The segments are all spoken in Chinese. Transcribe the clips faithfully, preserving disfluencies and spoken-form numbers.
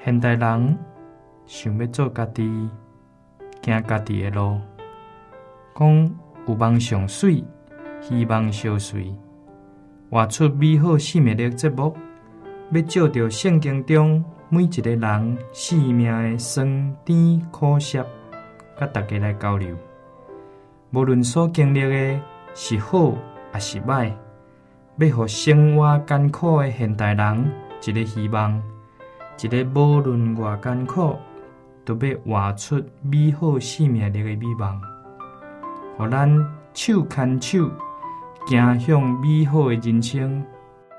现代人想要做家己，行家己的路，讲有梦上水，希望相随，活出美好生命力节目，要照着圣经中每一个人生命的酸甜苦涩，甲大家来交流。无论所经历的是好还是歹，要互生活艰苦的现代人一个希望，一个无论偌艰苦，都要活出美好生命力的美梦，互咱手牵手，行向美好的人生。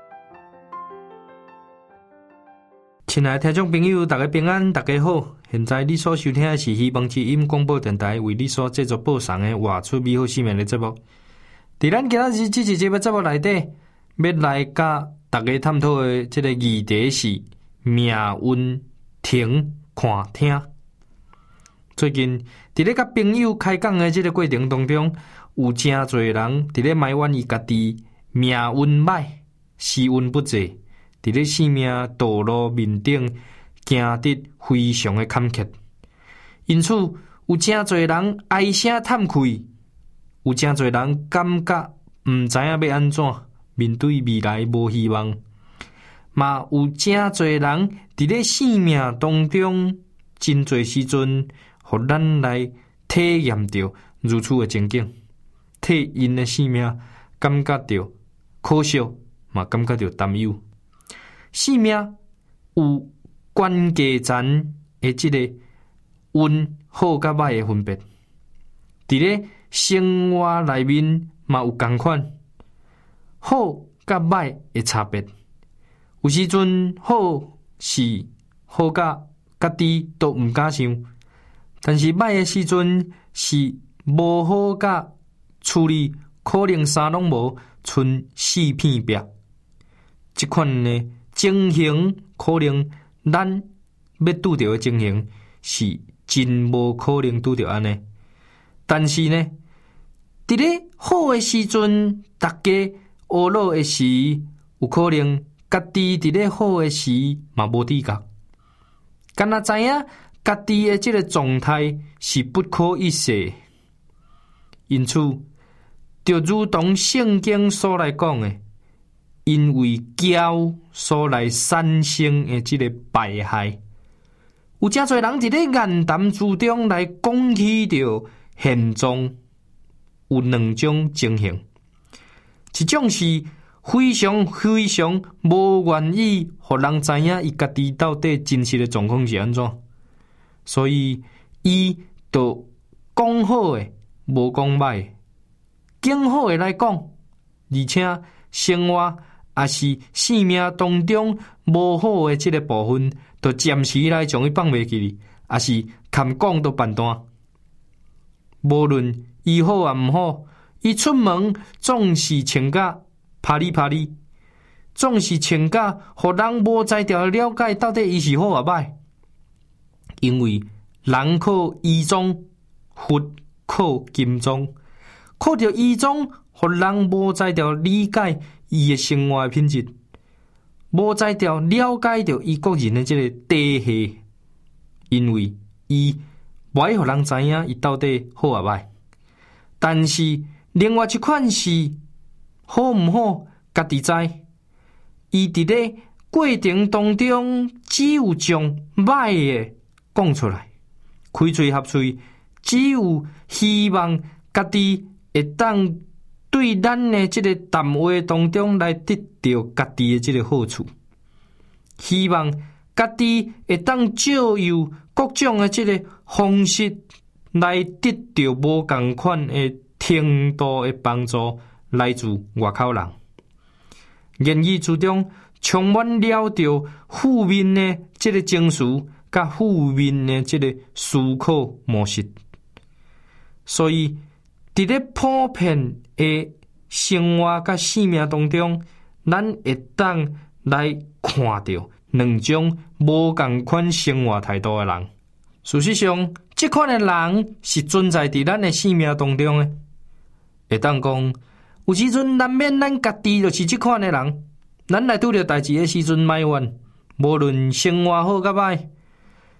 亲爱的听众朋友，大家平安，大家好。现在你所收听的是希望之音广播电台为你所制作播送的活出美好生命的节目。在咱今日这期节目节目内底，要来甲大家探讨的这个议题是命运停看听。最近伫咧甲朋友开讲的这个过程当中，有真侪人伫咧埋怨伊家己命运歹，时运不济。伫咧生命道路面顶行得非常的坎坷，因此有真侪人唉声叹气，有真侪人感觉毋知影要安怎面对未来无希望，嘛有真侪人伫咧生命当中真侪时阵，互咱来体验到如此的情景，替因的生命感觉到可惜，嘛感觉到担忧。生命有关键层的这个运好甲歹的分别，伫咧生活内面嘛有同款，好甲歹的差别。有时阵好是好甲家己都毋敢想，但是歹的时阵是无好甲处理，可能啥拢无，剩四片壁。这款呢？情形可能咱要拄到的情形是真无可能拄到安尼，但是呢，伫咧好的时阵，大家懊恼的时，有可能家己伫咧好的时嘛无知觉，敢若知影家己的这个状态是不可一世，因此就如同圣经所来讲的。因为骄所来产生的这个败害，有真侪人伫咧言谈之中来讲起着现状，有两种情形，一种是非常非常无愿意互人知影伊家己到底真实的状况是安怎，所以伊就讲好的无讲歹的，讲好的来讲，而且生活。也是生命当中无好的这个部分，就暂时来将伊放袂记哩，也是堪讲都办单。无论伊好也毋好，伊出门总是穿甲啪哩啪哩，总是穿甲互人无才调了解到底伊是好也歹。因为人靠衣装，佛靠金装，靠着衣装，互人无才调理解。伊的生活品质，无才调了解到伊个人的这个底细，因为伊无爱互人知影伊到底好也歹。但是另外一款是好毋好，家己知。伊伫咧过程当中，只有将歹的讲出来，开嘴合喙，只有希望家己会当。对咱的这个谈话当中来得到家己的这个好处，希望家己会当照由各种的这个方式来得到无同款的程度的帮助，来自外口人。言语之中充满了着负面的这个情绪，甲负面的这个思考模式，所以。伫咧普遍的生活甲生命当中，咱会当来看到两种无同款生活态度的人。事实上，这款的人是存在伫咱的生命当中的。会当讲，有时阵难免咱家己就是这款的人。咱来拄着代志的时阵埋怨，无论生活好甲歹，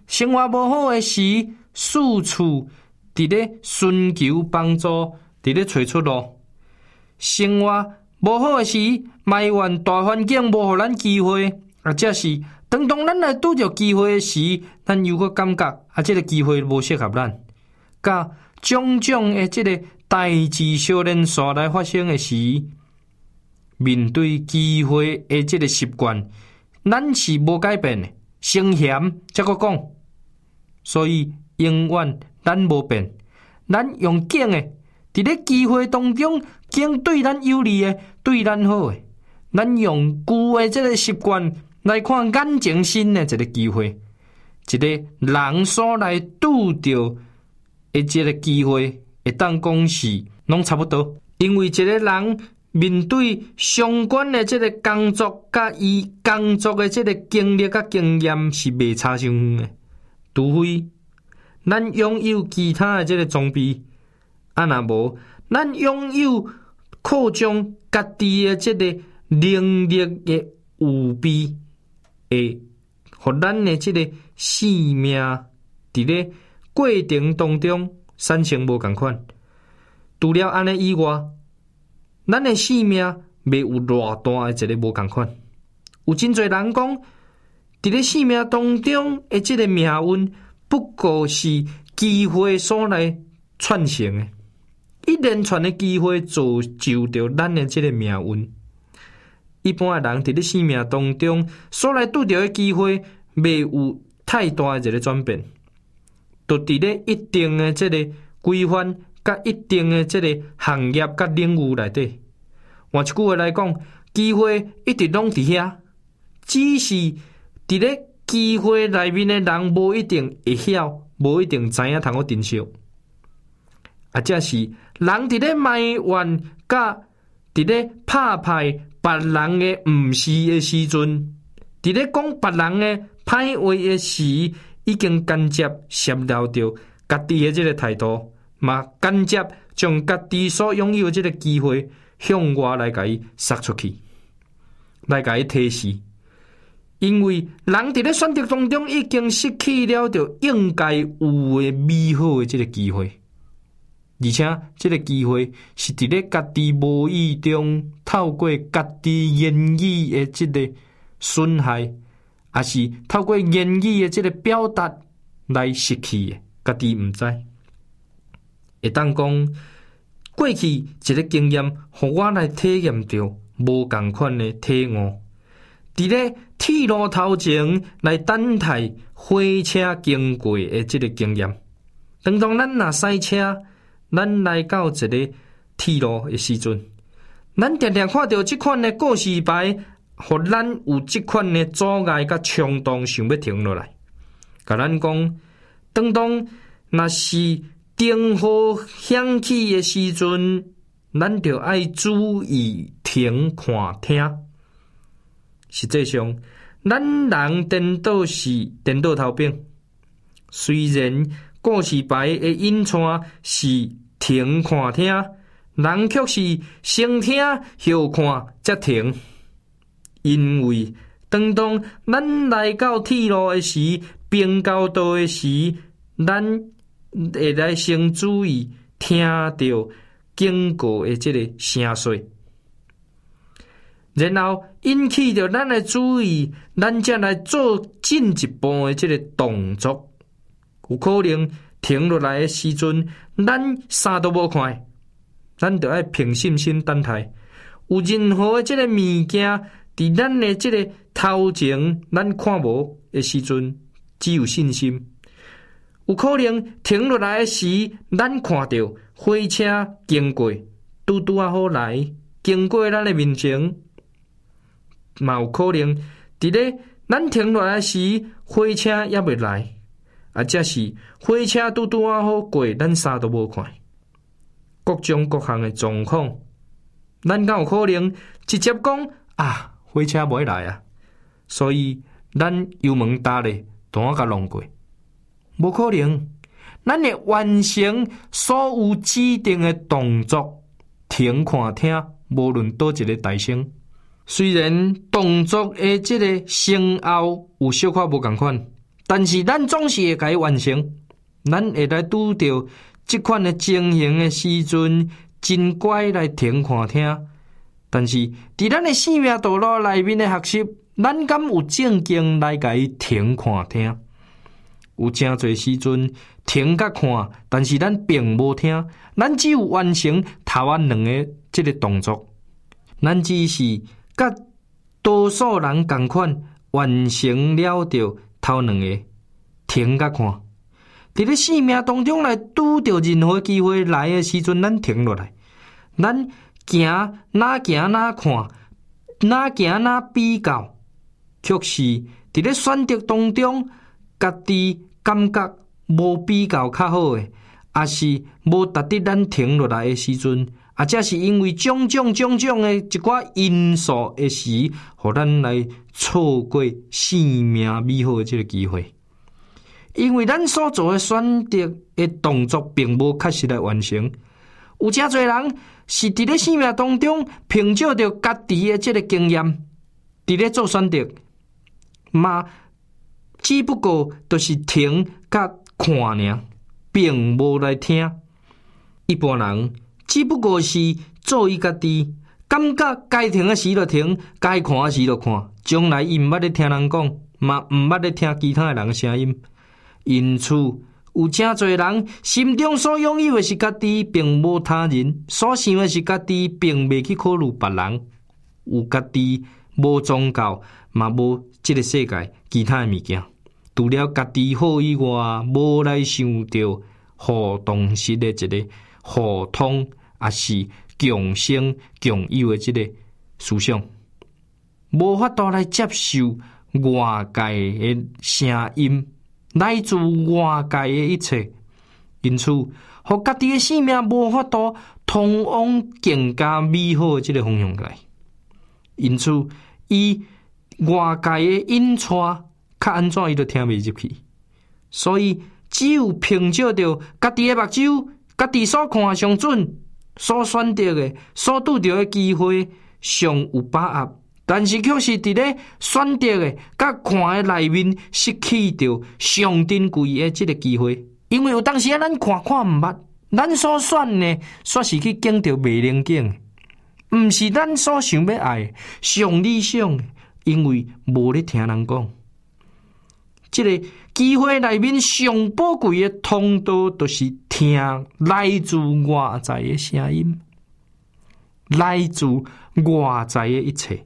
生活无好诶时，四处伫咧寻求帮助，伫咧找出路；生活无好诶时，埋怨大环境无互咱机会，或者是当当咱来拄着机会诶时，咱又搁感觉啊，即个机会无适合咱。甲种种诶即个代志小连续来发生诶时，面对机会诶即个习惯，咱是无改变诶，先嫌才搁讲。所以永远咱无变，咱用警诶，伫咧机会当中，警对咱有利诶，对咱好诶。咱用旧诶即个习惯来看眼前新诶一个机会，一个人所来拄着诶即个机会，会当讲是拢差不多。因为一个人面对相关的这个工作，甲伊工作的这个经历甲经验是未差伤远的，除非咱拥有其他的这个装备，啊若无，咱拥有扩张家己的这个能力的有备，会互咱的这个生命伫咧过程当中产生无共款。除了安尼以外，咱的生命未有偌大的一个无共款。有真侪人讲，伫咧生命当中的这个命运，不过是机会所来串成的，一连串的机会造就着咱的这个命运。一般的人伫咧生命当中所来拄着的机会，未有太大的一个转变，都伫咧一定的这个规范。甲一定的这个行业甲领域内底，换一句话来讲，机会一直拢伫遐，只是伫咧机会内面的人无一定会晓，无一定知影通好珍惜。啊，这是人伫咧埋怨甲伫咧拍派别人的毋是的时阵，伫咧讲别人的歹话的时，已经间接泄露着家己的这个态度。嘛间接将家己所拥有的这个机会向外来甲伊撒出去，来甲伊提示。因为人伫咧选择当中已经失去了着应该有的美好的这个机会，而且这个机会是伫咧家己无意中透过家己言语的这个损害，也是透过言语的这个表达来失去的，家己毋知。会当讲过去一个经验，互我来体验到无共款的体悟。伫咧铁路头前来等待火车经过的这个经验，当当咱若塞车，咱来到一个铁路的时阵，咱常常看到这款的告示牌，互咱有这款的阻碍甲冲动，想要停落来。甲咱讲，当当若是灯号响起的时阵，咱就要注意停看听。实际上，咱人颠倒是颠倒头边，虽然告示牌的引传是停看听，人却是先听后看才停。因为当当咱来到铁路的时，并交道的时，咱会来先注意听到经过的这个声碎，然后引起着咱的注意，咱才来做进一步的这个动作。有可能停落来的时阵，咱啥都无看，咱就要凭信心等待。有任何的这个物件伫咱的这个头前，咱看无的时阵，只有信心。有可能停落来的时，咱看到火车经过，拄拄啊好来，经过咱的面前，嘛有可能伫咧咱停落来的时，火车也未来，啊，这是火车拄拄啊好过，咱啥都无看，各种各项的状况，咱敢有可能直接讲啊，火车袂来啊，所以咱油门打咧，单甲弄过。无可能，咱会完成所有指定的动作，停看听，无论倒一个大声。虽然动作的这个声后有小可无共款， 但是咱总是会甲伊完成。咱会来拄着即款的情形的时阵，真乖来听看听。但是伫咱的生命道路内面的学习，咱敢有正经来甲伊听看听？有真侪时阵听甲看，但是咱并无听，咱只有完成头仔两个即个动作，咱只是甲多数人同款完成了着头两个听甲看。伫咧生命当中来拄着任何机会来的时阵，咱停落来，咱行哪行哪看，哪行哪比较，却是伫咧选择当中，家己感觉无比较较好诶，也是无达得咱停落来的时阵，啊，这是因为种种种种的一寡因素的时，互咱来错过生命美好的这个机会。因为咱所做的选择的动作并无确实来完成，有真侪人是伫咧生命当中凭借着家己的这个经验，伫咧做选择，嘛只不过就是听甲看尔，并无来听。一般人只不过是做伊家己，感觉该停的时就停，该看的时就看，将来伊毋捌咧听人讲，嘛毋捌咧听其他的人的声音。因此，有真侪人心中所拥有的是家己，并无他人；所想的是家己，并未去考虑别人。有家己，无宗教，嘛无这个世界其他的物件。除了家己好以外，无来想到互动式的一个互通，也是共生共有的这个思想，无法度来接受外界的声音。来自外界的一切，因此，互家己的生命无法度通往更加美好的这个方向来。因此，伊外界的引带，较安怎伊都听袂入去。所以，只有凭借着家己的目睭，家己所看上准，所选择的，所拄着的机会，上有把握。但是却是伫咧选择的、甲看的内面失去掉上珍贵的这个机会，因为有当时啊，咱看看毋捌，咱所选呢，煞是去拣着袂灵拣，毋是咱所想要爱上理想的，因为无咧听人讲。这个机会内面上宝贵的通道，就是听来自外在的声音，来自外在的一切。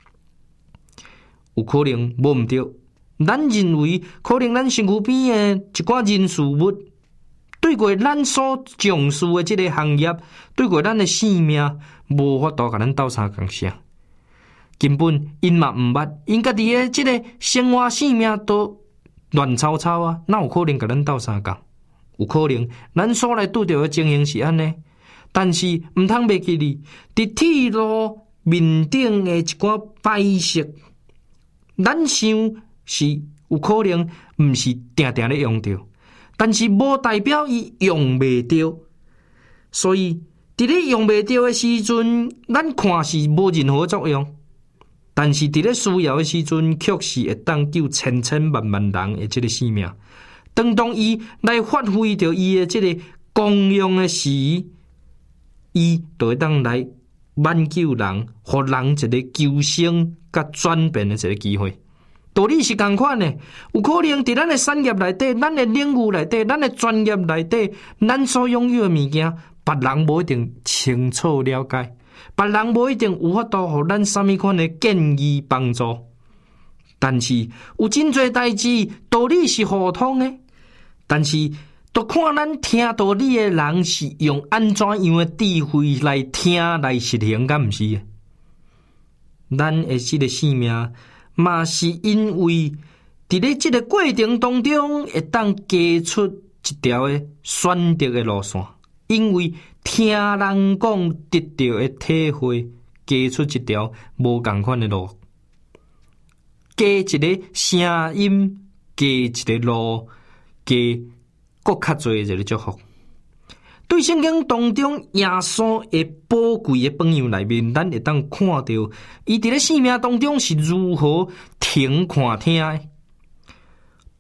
有可能无毋对，咱认为可能咱身躯边的一寡人事物，对过咱所从事的这个行业，对过咱的生命，无法度甲咱斗相共啥。根本因嘛毋捌，因家己的这个生活生命都乱糟糟啊，哪有可能甲咱斗相共？有可能咱所来拄到的情形是安尼，但是毋通袂记哩，伫铁路面顶的一寡摆设。咱想是有可能毋是定定咧用着，但是无代表伊用袂着。所以伫咧用袂着的时阵，咱看是无任何作用；但是伫咧需要的时阵，却是会当救千千万万人的这个生命。当当伊来发挥着伊的这个功用的时，伊就会当来挽救人，互人一个救生甲转变的一个机会。道理是同款的，有可能伫咱的产业内底、咱的领域内底、咱的专业内底，咱所拥有的物件，别人无一定清楚了解，别人无一定有法度互咱什么款的建议帮助。但是有真侪代志，道理是互通的，但是都看咱听道理的人是用安怎样的智慧来听来实行，敢毋是的？咱的这个生命，嘛是因为伫咧这个过程当中，会当加出一条的选择的路线，因为听人讲得到的体会，加出一条无同款的路，加一个声音，加一个路，加更较多的一个祝福。对圣经当中耶稣的宝贵的榜样内面，咱会当看到伊伫咧生命当中是如何听看听的。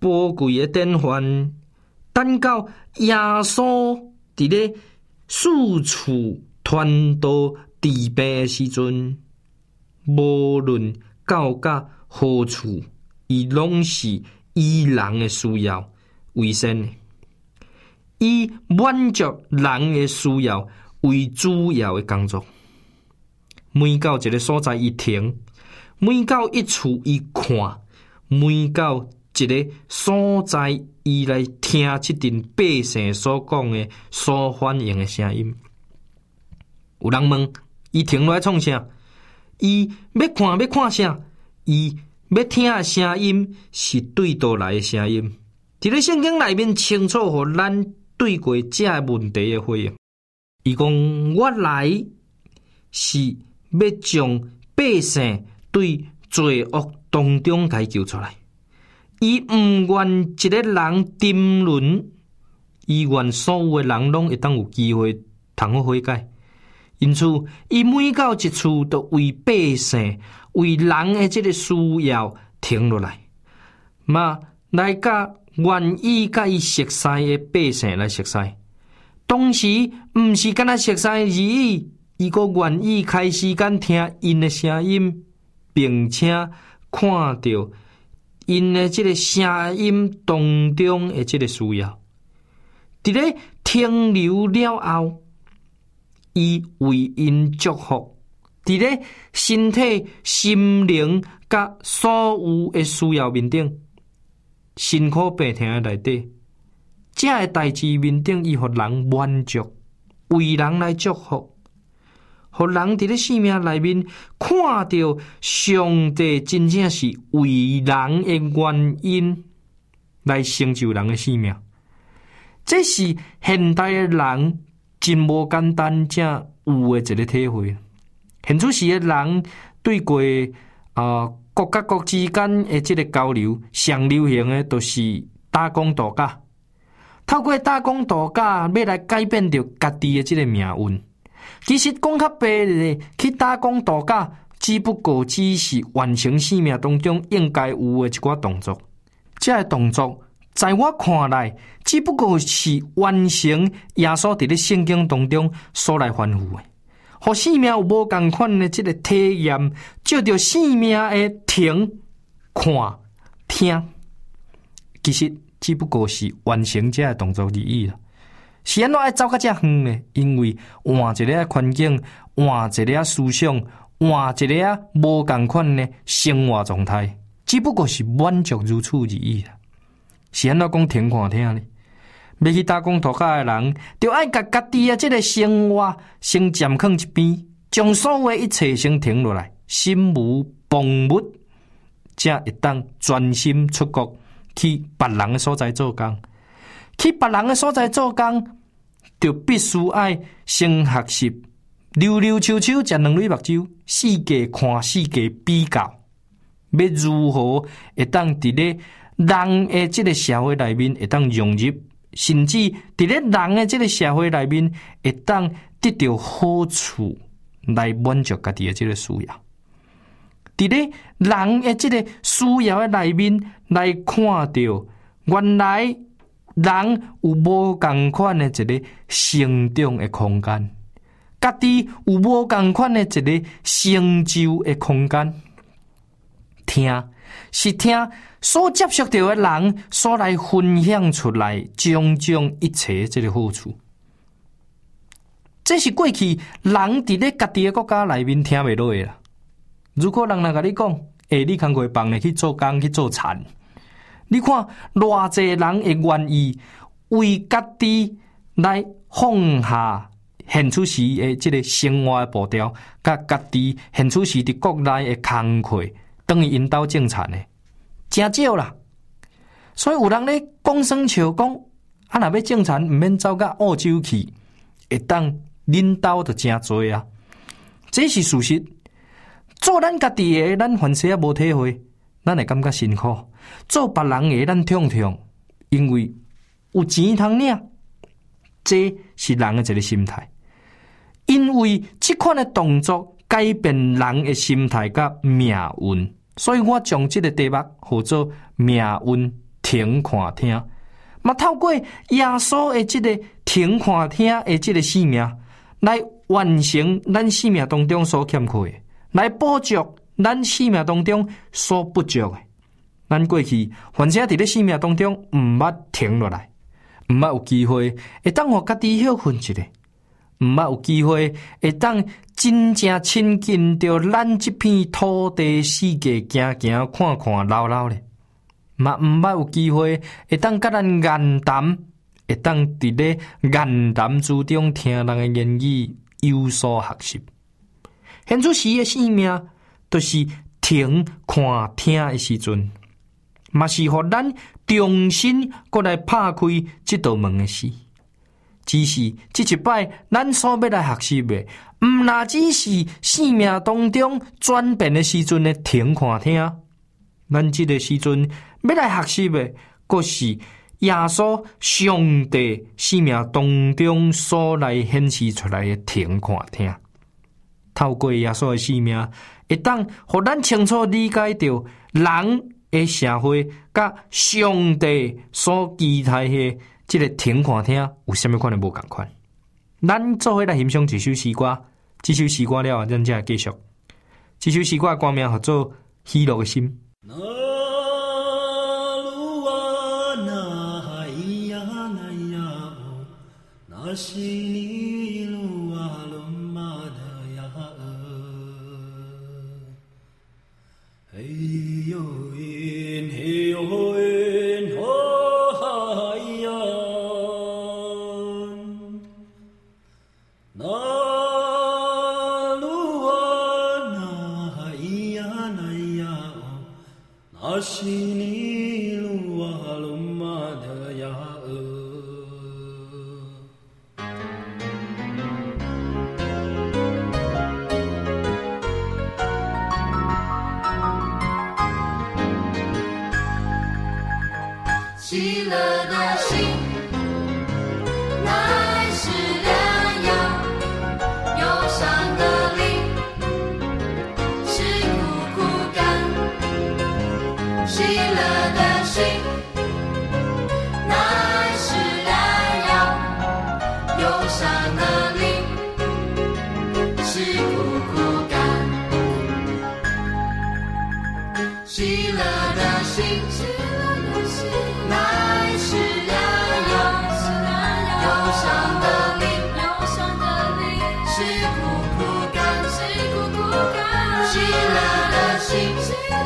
宝贵的典范，等到耶稣伫咧四处传道治病的时阵，无论到甲何处，伊拢是以人的需要为先的，以满足人的需要为主要的工作。每到一个所在，伊停；每到一处，伊看；每到一个所在，伊来听这阵百姓所讲的、所反映的声音。有人问，伊停落来创啥？伊要看要看啥？伊要听的声音是对倒来的声音。伫咧圣经内面清楚互咱对过这问题的回应。伊讲：我来是要将百姓对罪恶当中解救出来。伊毋愿一个人沉沦，伊愿所有的人拢会当有机会通好悔改。因此，伊每到一处，都为百姓、为人的这个需要停落来，嘛来甲愿意甲伊熟悉的百姓来熟悉。同时，毋是干那熟悉而已，伊阁愿意开时间听因的声音，并且看到因的这个声音当中的这个需要。伫咧停留了后，伊为因祝福，伫咧身体、心灵甲所有的需要面顶，辛苦病痛的内底，这个代志面顶，伊互人满足，为人来祝福，互人伫咧生命内面看到上帝真正是为人的原因来成就人的生命。这是现代的人真无简单正有的一个体会。现出时的人对过啊、呃、国甲国之间的这个交流，上流行的都是打工度假，透过打工度假要来改变着家己的这个命运。其实讲较白的，去打工度假只不过只是完成生命当中应该有的一寡动作。这个动作在我看来，只不过是完成耶稣伫咧圣经当中所来吩咐的，互生命有无共款的这个体验，照着生命的听、看、听，其实只不过是完成这个动作而已啦。是安怎爱走到这远呢？因为换一个环境，换一个思想，换一个无共款的生活状态，只不过是满足如此而已啦。是安怎讲听看听呢？要去打工度假的人，就爱甲家己的这个生活先暂放一边，将所有的一切先停落来，心无旁骛，才会当专心出国去别人的所在做工。去别人的所在做工，就必须爱先学习溜溜秋秋食两蕊目睭，四界看四界比较，要如何会当伫咧人的这个社会内面会当融入，甚至伫咧人的这个社会内面会当得到好处来满足家己的这个需要。伫咧人的这个需要的内面来看到，原来人有无共款的一个成长的空间，家己有无共款的一个成就的空间。听是听所接触到的人所来分享出来种种一切这个好处，这是过去人伫咧家己的国家内面听袂落的啦。如果人来甲你讲，诶、欸，你工课放咧去做工去做田，你看偌济人会愿意为家己来放下现出时的这个生活的步调，甲家己现出时伫国内的工课，等于引导种田的。真少啦，所以有人咧讲声笑讲，啊，若要种田，毋免走到澳洲去，会当领导就真多啊。这是事实。做咱家己的，咱凡事也无体会，咱会感觉辛苦；做别人的，咱痛痛，因为有钱通领。这是人的一个心态，因为这款的动作改变人的心态甲命运。所以我将这个题目叫做命运听看听，嘛透过耶稣的这个听看听的这个生命，来完成咱生命当中所欠缺的，来补足咱生命当中所不足的。咱过去反正伫咧生命当中毋捌停落来，毋捌有机会会当互家己休困一下，毋捌有机会会当真正亲近着咱这片土地世界行行看看捞捞咧，嘛毋捌有机会会当甲咱言谈，会当伫咧言谈之中听人的言语有所学习。现主时的生命，就是听看听的时阵，嘛是互咱重新过来拍开这道门的事。只是这一摆，咱所要来学习的，毋那只是生命当中转变的时阵的听看听，咱这个时阵要来学习的，阁是耶稣上帝生命当中所来显示出来的听看听。透过耶稣的生命，会当互咱清楚理解到人的社会甲上帝所期待的这个听看听有什么款的无同款。咱做伙来欣赏一首诗歌，这首诗歌了后，咱才继续。这首诗歌的歌名叫做《喜乐的心》。 喜乐的心，乃是良药；忧伤的灵，是苦苦干。喜乐的心，乃是良药；忧伤的灵，是苦苦干。喜乐的心。乃是良药，忧伤的灵，是苦苦干。喜乐的心，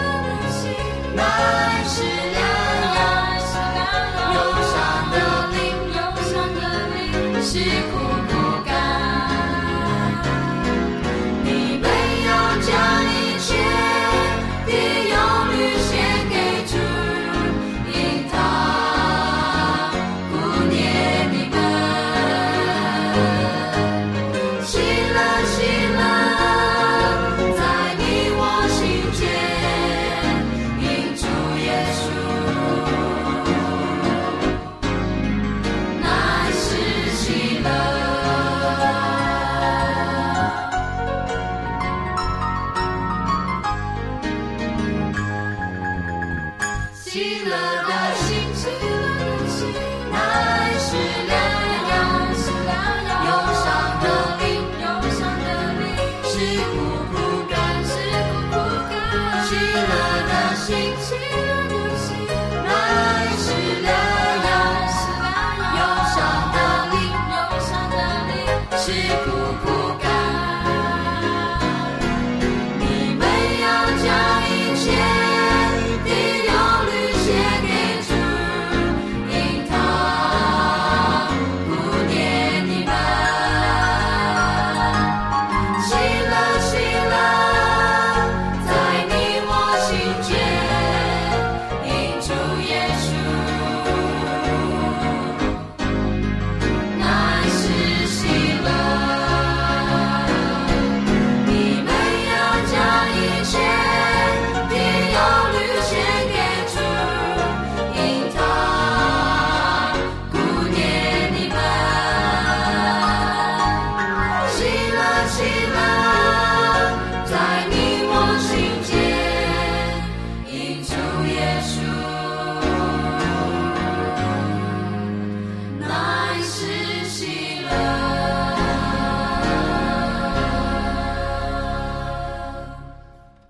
乃是良药，忧伤的灵，是苦苦干。你们要将一切的忧虑献给主。你们要将一切的忧虑写给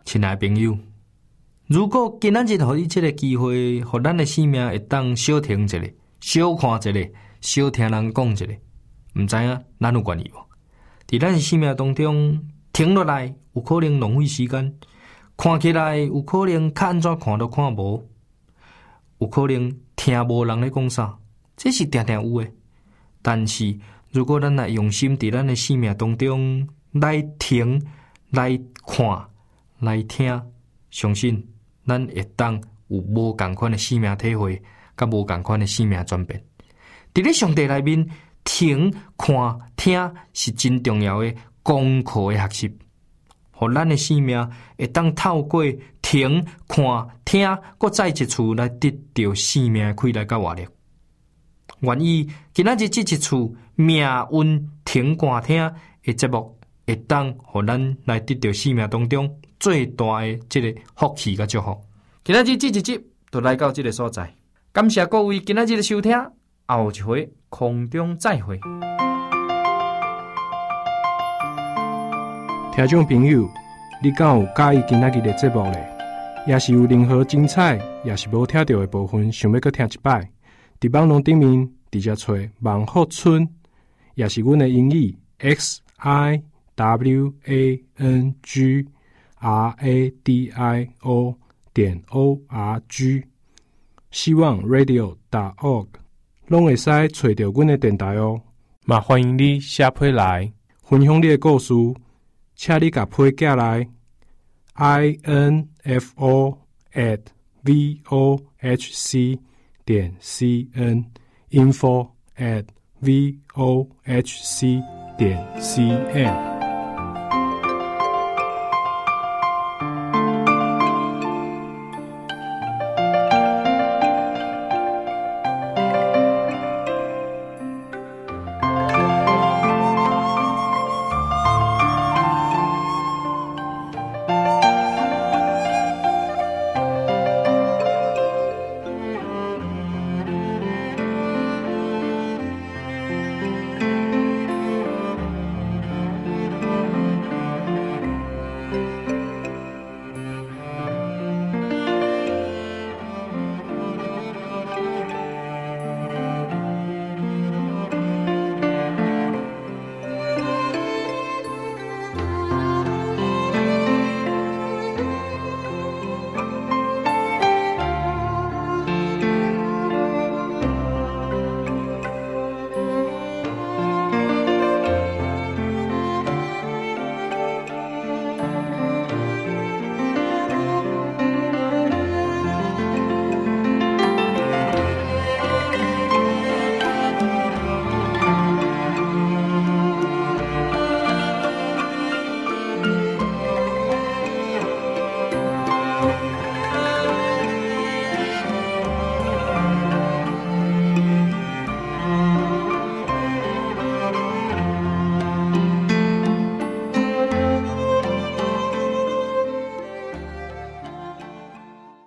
亲爱的朋友，如果今仔日互你这个机会，互咱的生命会当小停一下，小看一下，小听人讲一下，毋知影咱有愿意无？伫咱的生命当中停落来，有可能浪费时间；看起来有可能看安怎看都看无，有可能听无人咧讲啥，这是定定有诶。但是如果咱来用心伫咱的生命当中来听、来看、来听，相信咱会当有无共款的生命体会，甲无共款的生命转变。伫咧上帝内面，听、看、听是真重要的功课的学习，互咱的生命会当透过听、看、听，搁再一次来得到生命的快乐甲活力。愿意今仔日这一次命运听看听的节目，会当互咱来得到生命当中最大的这个福气甲祝福。今仔日这一集就来到这个所在，感谢各位今仔日的收听，后一回空中再会。 听众朋友，你敢有介意今仔日的节目呢？也是有任何精彩，也是无听到的部分，想要搁听一摆？伫网络顶面直接找万福村，也是阮的英语 X I W A N G R A D I O 点 O R G， 希望 radio 点 org， 拢会使找到阮的电台哦。嘛欢迎你写批来分享你的故事，请你甲批寄来 info at vohc 点 cn info at vohc 点 cn。